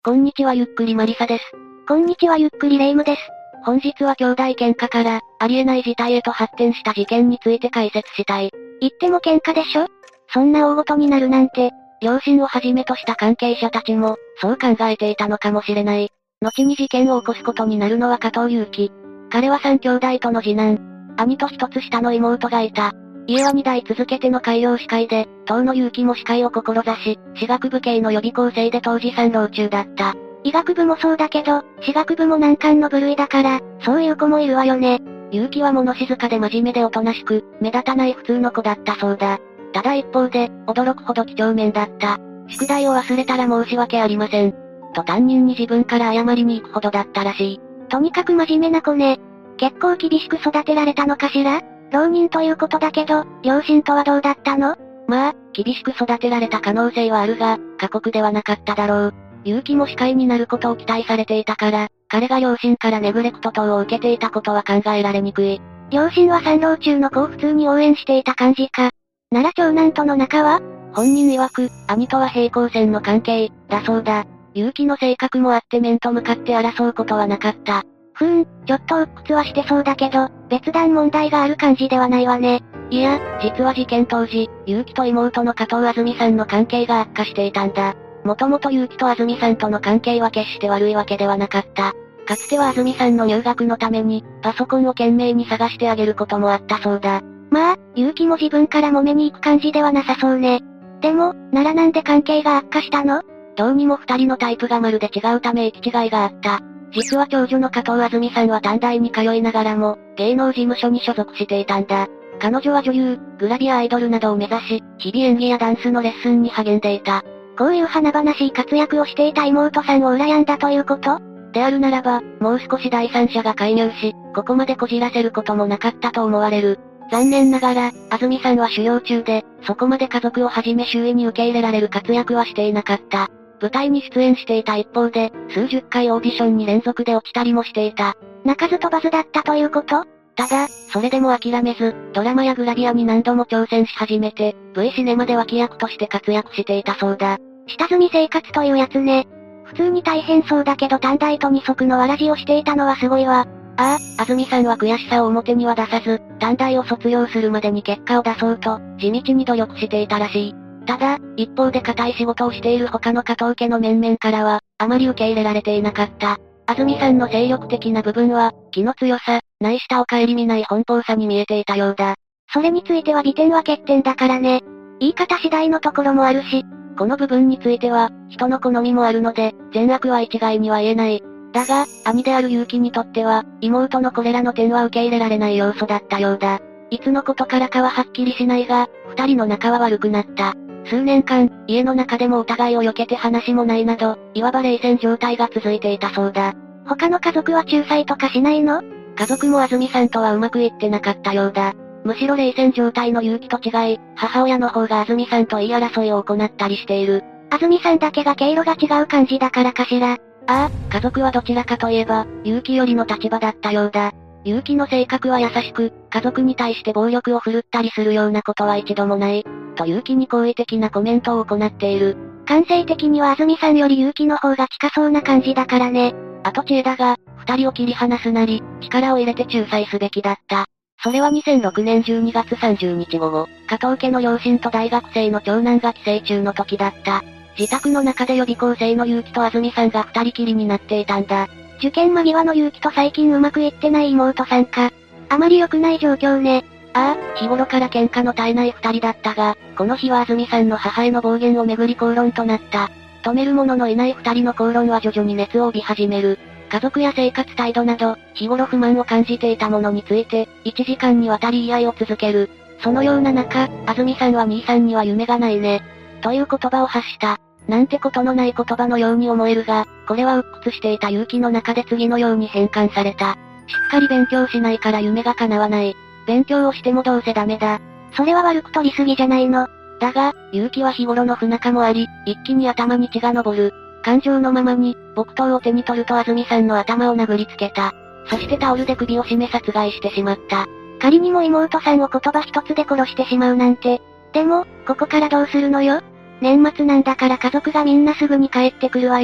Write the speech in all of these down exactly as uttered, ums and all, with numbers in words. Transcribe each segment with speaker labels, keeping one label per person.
Speaker 1: こんにちはゆっくりマリサです。
Speaker 2: こんにちはゆっくりレイムです。
Speaker 1: 本日は兄弟喧嘩から、ありえない事態へと発展した事件について解説したい。
Speaker 2: 言っても喧嘩でしょ？そんな大事になるなんて。
Speaker 1: 両親をはじめとした関係者たちも、そう考えていたのかもしれない。後に事件を起こすことになるのは加藤祐樹。彼は三兄弟との次男。兄と一つ下の妹がいた。家は二代続けての海洋歯科医で、当の祐樹も歯科医を志し、歯学部系の予備校生で当時三浪中だった。
Speaker 2: 医学部もそうだけど、歯学部も難関の部類だから、そういう子もいるわよね。
Speaker 1: 祐樹は物静かで真面目でおとなしく、目立たない普通の子だったそうだ。ただ一方で、驚くほど几帳面だった。宿題を忘れたら申し訳ありません。と担任に自分から謝りに行くほどだったらしい。
Speaker 2: とにかく真面目な子ね。結構厳しく育てられたのかしら？浪人ということだけど、両親とはどうだったの？
Speaker 1: まあ、厳しく育てられた可能性はあるが、過酷ではなかっただろう。祐樹も歯科医になることを期待されていたから、彼が両親からネグレクト等を受けていたことは考えられにくい。
Speaker 2: 両親は三浪中の子を普通に応援していた感じか。なら長男との仲は？
Speaker 1: 本人曰く、兄とは平行線の関係、だそうだ。祐樹の性格もあって面と向かって争うことはなかった。
Speaker 2: ふーん、ちょっと鬱屈はしてそうだけど、別段問題がある感じではないわね。
Speaker 1: いや、実は事件当時、祐樹と妹の加藤あずみさんの関係が悪化していたんだ。もともと祐樹とあずみさんとの関係は決して悪いわけではなかった。かつてはあずみさんの入学のために、パソコンを懸命に探してあげることもあったそうだ。
Speaker 2: まあ、祐樹も自分から揉めに行く感じではなさそうね。でも、ならなんで関係が悪化したの？
Speaker 1: どうにも二人のタイプがまるで違うため行き違いがあった。実は長女の加藤あずみさんは短大に通いながらも、芸能事務所に所属していたんだ。彼女は女優、グラビアアイドルなどを目指し、日々演技やダンスのレッスンに励んでいた。
Speaker 2: こういう華々しい活躍をしていた妹さんを羨んだということ？
Speaker 1: であるならば、もう少し第三者が介入し、ここまでこじらせることもなかったと思われる。残念ながら、あずみさんは修行中で、そこまで家族をはじめ周囲に受け入れられる活躍はしていなかった。舞台に出演していた一方で、数十回オーディションに連続で落ちたりもしていた。
Speaker 2: 鳴かず飛ばずだったということ？
Speaker 1: ただ、それでも諦めず、ドラマやグラビアに何度も挑戦し始めて、V シネマで脇役として活躍していたそうだ。
Speaker 2: 下積み生活というやつね。普通に大変そうだけど短大と二足のわらじをしていたのはすごいわ。
Speaker 1: ああ、あずみさんは悔しさを表には出さず、短大を卒業するまでに結果を出そうと、地道に努力していたらしい。ただ、一方で固い仕事をしている他の加藤家の面々からは、あまり受け入れられていなかった。あずみさんの精力的な部分は、気の強さ、ないしたを顧みない奔放さに見えていたようだ。
Speaker 2: それについては美点は欠点だからね。言い方次第のところもあるし。
Speaker 1: この部分については、人の好みもあるので、善悪は一概には言えない。だが、兄である結城にとっては、妹のこれらの点は受け入れられない要素だったようだ。いつのことからかははっきりしないが、二人の仲は悪くなった。数年間、家の中でもお互いを避けて話もないなど、いわば冷戦状態が続いていたそうだ。
Speaker 2: 他の家族は仲裁とかしないの？
Speaker 1: 家族もあずみさんとはうまくいってなかったようだ。むしろ冷戦状態の結城と違い、母親の方があずみさんと言い争いを行ったりしている。
Speaker 2: あずみさんだけが経路が違う感じだからかしら。
Speaker 1: ああ、家族はどちらかといえば、結城よりの立場だったようだ。結城の性格は優しく、家族に対して暴力を振るったりするようなことは一度もない。と結城に好意的なコメントを行っている。
Speaker 2: 感性的にはあずみさんより結城の方が近そうな感じだからね。
Speaker 1: あと知恵だが、二人を切り離すなり、力を入れて仲裁すべきだった。それはにせんろくねんじゅうにがつさんじゅうにち午後、加藤家の両親と大学生の長男が帰省中の時だった。自宅の中で予備校生の結城とあずみさんが二人きりになっていたんだ。
Speaker 2: 受験間際の結城と最近うまくいってない妹さんか。あまり良くない状況ね。
Speaker 1: ああ、日頃から喧嘩の絶えない二人だったが、この日はあずみさんの母への暴言をめぐり口論となった。止める者のいない二人の口論は徐々に熱を帯び始める。家族や生活態度など、日頃不満を感じていたものについて、いちじかんにわたり言い合いを続ける。そのような中、あずみさんは兄さんには夢がないね。という言葉を発した。なんてことのない言葉のように思えるが、これは鬱屈していた結城の中で次のように変換された。しっかり勉強しないから夢が叶わない。勉強をしてもどうせダメだ。
Speaker 2: それは悪く取りすぎじゃないの。
Speaker 1: だが、結城は日頃の不仲もあり、一気に頭に血が昇る。感情のままに、木刀を手に取るとあずみさんの頭を殴りつけた。そしてタオルで首を絞め殺害してしまった。
Speaker 2: 仮にも妹さんを言葉一つで殺してしまうなんて。でも、ここからどうするのよ？年末なんだから家族がみんなすぐに帰ってくるわよ。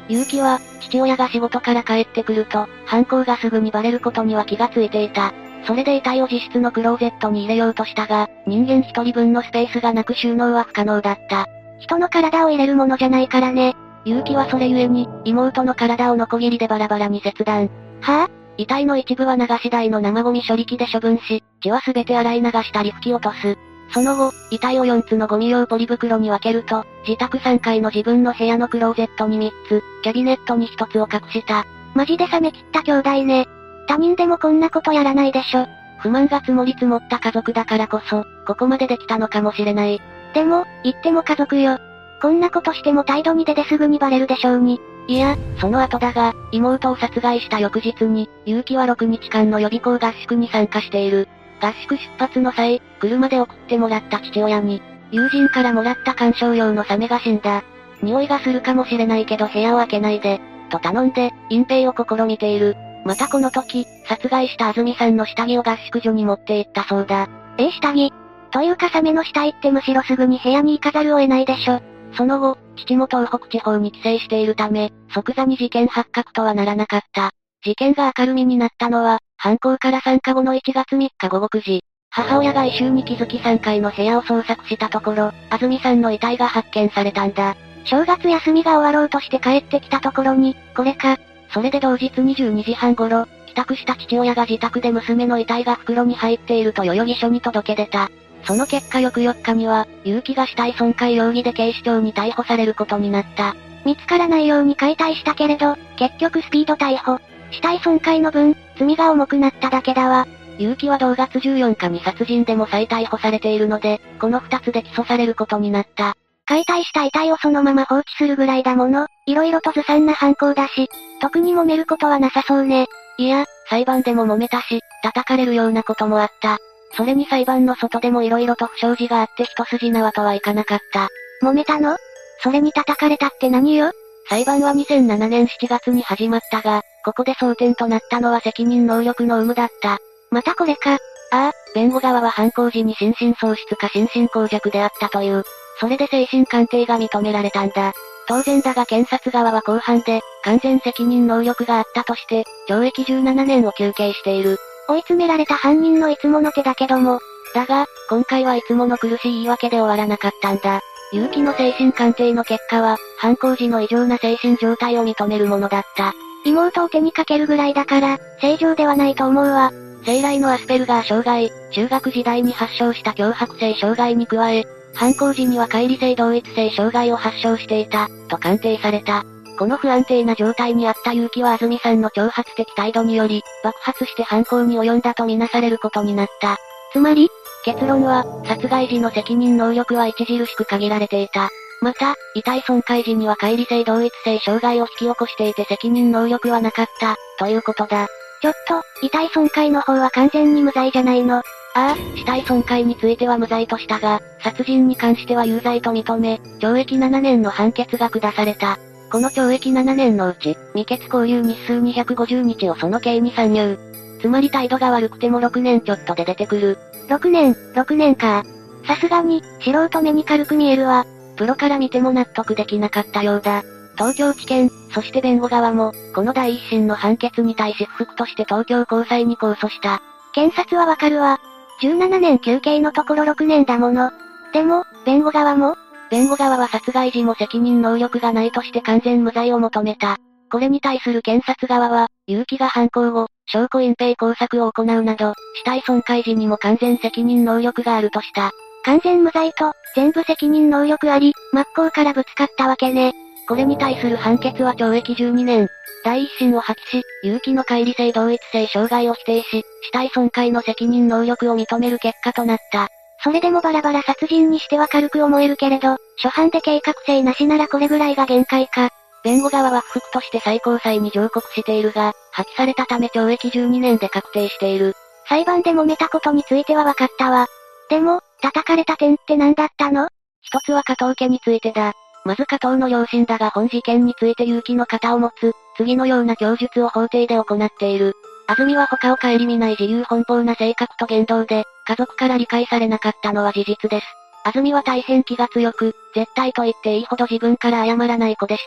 Speaker 1: 結城は、父親が仕事から帰ってくると、犯行がすぐにバレることには気がついていた。それで遺体を自室のクローゼットに入れようとしたが、人間一人分のスペースがなく収納は不可能だった。
Speaker 2: 人の体を入れるものじゃないからね。
Speaker 1: 結城はそれゆえに、妹の体をノコギリでバラバラに切断。
Speaker 2: はぁ、あ、
Speaker 1: 遺体の一部は流し台の生ゴミ処理機で処分し、血はすべて洗い流したり拭き落とす。その後、遺体をよっつのゴミ用ポリ袋に分けると、自宅さんがいの自分の部屋のクローゼットにみっつ、キャビネットにひとつを隠した。
Speaker 2: マジで冷め切った兄弟ね。他人でもこんなことやらないでしょ。
Speaker 1: 不満が積もり積もった家族だからこそ、ここまでできたのかもしれない。
Speaker 2: でも、言っても家族よ。こんなことしても態度に出てすぐにバレるでしょうに。
Speaker 1: いや、その後だが、妹を殺害した翌日に、結城はろくにちかんの予備校合宿に参加している。合宿出発の際、車で送ってもらった父親に、友人からもらった観賞用のサメが死んだ。匂いがするかもしれないけど部屋を開けないで、と頼んで、隠蔽を試みている。またこの時、殺害した安住さんの下着を合宿所に持って行ったそうだ。
Speaker 2: え、下着というかサメの死体ってむしろすぐに部屋に行かざるを得ないでしょ。
Speaker 1: その後、父も東北地方に帰省しているため、即座に事件発覚とはならなかった。事件が明るみになったのは、犯行からさんかごのいちがつみっかごごくじ。母親が異臭に気づきさんがいの部屋を捜索したところ、安住さんの遺体が発見されたんだ。
Speaker 2: 正月休みが終わろうとして帰ってきたところに、これか。
Speaker 1: それで同日にじゅうにじはん頃、帰宅した父親が自宅で娘の遺体が袋に入っていると代々木署に届け出た。その結果翌よっかには、結城が死体損壊容疑で警視庁に逮捕されることになった。
Speaker 2: 見つからないように解体したけれど、結局スピード逮捕。死体損壊の分、罪が重くなっただけだわ。
Speaker 1: 結城は同がつじゅうよっかに殺人でも再逮捕されているので、このふたつで起訴されることになった。
Speaker 2: 解体した遺体をそのまま放置するぐらいだもの、色々とずさんな犯行だし、特に揉めることはなさそうね。
Speaker 1: いや、裁判でも揉めたし、叩かれるようなこともあった。それに裁判の外でも色々と不祥事があって一筋縄とはいかなかった。
Speaker 2: 揉めたの？それに叩かれたって何よ？
Speaker 1: 裁判はにせんななねんしちがつに始まったが、ここで争点となったのは責任能力の有無だった。
Speaker 2: またこれか。
Speaker 1: ああ、弁護側は犯行時に心神喪失か心神耗弱であったという。それで精神鑑定が認められたんだ。当然だが検察側は公判で、完全責任能力があったとして、ちょうえきじゅうななねんを求刑している。
Speaker 2: 追い詰められた犯人のいつもの手だけども。
Speaker 1: だが、今回はいつもの苦しい言い訳で終わらなかったんだ。結城の精神鑑定の結果は、犯行時の異常な精神状態を認めるものだった。
Speaker 2: 妹を手にかけるぐらいだから、正常ではないと思うわ。
Speaker 1: 生来のアスペルガー障害、中学時代に発症した強迫性障害に加え、犯行時には乖離性同一性障害を発症していた、と鑑定された。この不安定な状態にあった結城は安住さんの挑発的態度により、爆発して犯行に及んだとみなされることになった。
Speaker 2: つまり、
Speaker 1: 結論は、殺害時の責任能力は著しく限られていた。また、遺体損壊時には乖離性同一性障害を引き起こしていて責任能力はなかった、ということだ。
Speaker 2: ちょっと、遺体損壊の方は完全に無罪じゃないの。
Speaker 1: ああ、死体損壊については無罪としたが、殺人に関しては有罪と認め、ちょうえきななねんの判決が下された。この懲役ななねんのうち、未決拘留日数にひゃくごじゅうにちをその刑に算入。つまり態度が悪くてもろくねんちょっとで出てくる。
Speaker 2: ろくねん、ろくねんか。さすがに、素人目に軽く見えるわ。
Speaker 1: プロから見ても納得できなかったようだ。東京地検、そして弁護側も、この第一審の判決に対し不服として東京高裁に控訴した。
Speaker 2: 検察はわかるわ。じゅうななねん求刑のところろくねんだもの。でも、弁護側も
Speaker 1: 弁護側は殺害時も責任能力がないとして完全無罪を求めた。これに対する検察側は、結城が犯行後、証拠隠蔽工作を行うなど、死体損壊時にも完全責任能力があるとした。
Speaker 2: 完全無罪と、全部責任能力あり、真っ向からぶつかったわけね。
Speaker 1: これに対する判決は懲役じゅうにねん。第一審を破棄し、結城の乖離性同一性障害を否定し、死体損壊の責任能力を認める結果となった。
Speaker 2: それでもバラバラ殺人にしては軽く思えるけれど、初犯で計画性なしならこれぐらいが限界か。
Speaker 1: 弁護側は不服として最高裁に上告しているが、破棄されたため懲役じゅうにねんで確定している。
Speaker 2: 裁判で揉めたことについては分かったわ。でも、叩かれた点って何だったの？
Speaker 1: 一つは加藤家についてだ。まず加藤の両親だが本事件について結城の肩を持つ、次のような供述を法廷で行っている。安住は他を顧みない自由奔放な性格と言動で、家族から理解されなかったのは事実です。安住は大変気が強く、絶対と言っていいほど自分から謝らない子でした。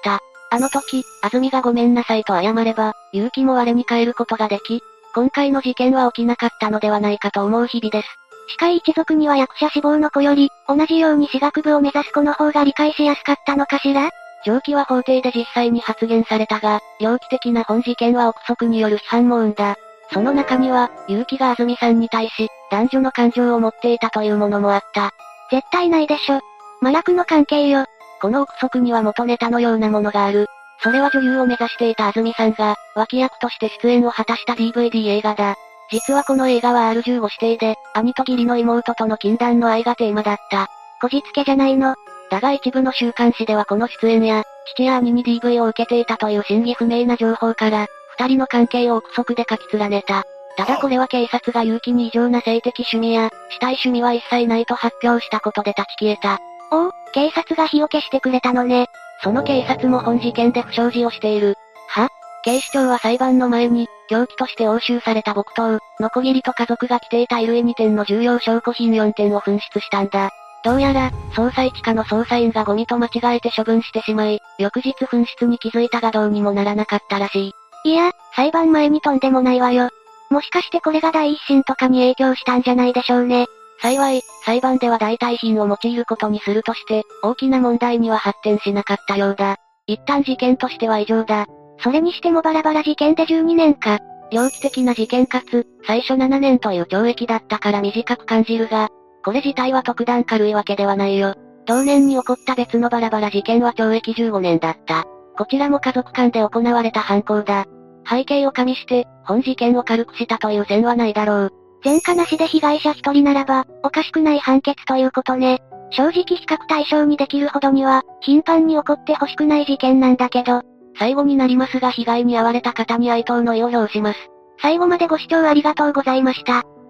Speaker 1: あの時、安住がごめんなさいと謝れば、勇気も我に返ることができ、今回の事件は起きなかったのではないかと思う日々です。
Speaker 2: 歯科医一族には役者志望の子より、同じように歯学部を目指す子の方が理解しやすかったのかしら？
Speaker 1: 上記は法廷で実際に発言されたが、猟奇的な本事件は憶測による批判も生んだ。その中には、結城が安住さんに対し、男女の感情を持っていたというものもあった。
Speaker 2: 絶対ないでしょ。麻薬の関係よ。
Speaker 1: この憶測には元ネタのようなものがある。それは女優を目指していた安住さんが、脇役として出演を果たした ディーブイディー 映画だ。実はこの映画は アールじゅうご 指定で、兄と義理の妹との禁断の愛がテーマだった。
Speaker 2: こじつけじゃないの。
Speaker 1: だが一部の週刊誌ではこの出演や、父や兄に ディーブイ を受けていたという真偽不明な情報から、二人の関係を憶測で書き連ねた。ただこれは警察が結城に異常な性的趣味や、死体趣味は一切ないと発表したことで立ち消えた。
Speaker 2: おお、警察が火を消してくれたのね。
Speaker 1: その警察も本事件で不祥事をしている。は？警視庁は裁判の前に、凶器として押収された木刀、ノコギリと家族が着ていた衣類にてんの重要証拠品よんてんを紛失したんだ。どうやら、捜査一課の捜査員がゴミと間違えて処分してしまい、翌日紛失に気づいたがどうにもならなかったらし
Speaker 2: い。いや、裁判前にとんでもないわよ。もしかしてこれが第一審とかに影響したんじゃないでしょうね。
Speaker 1: 幸い、裁判では代替品を用いることにするとして、大きな問題には発展しなかったようだ。一旦事件としては異常だ。
Speaker 2: それにしてもバラバラ事件でじゅうにねんか。
Speaker 1: 猟奇的な事件かつ、最初ななねんという懲役だったから短く感じるが、これ自体は特段軽いわけではないよ。同年に起こった別のバラバラ事件は懲役じゅうごねんだった。こちらも家族間で行われた犯行だ。背景を加味して、本事件を軽くしたという線はないだろう。
Speaker 2: 前科なしで被害者一人ならば、おかしくない判決ということね。正直比較対象にできるほどには、頻繁に起こってほしくない事件なんだけど。
Speaker 1: 最後になりますが被害に遭われた方に哀悼の意を表します。
Speaker 2: 最後までご視聴ありがとうございました。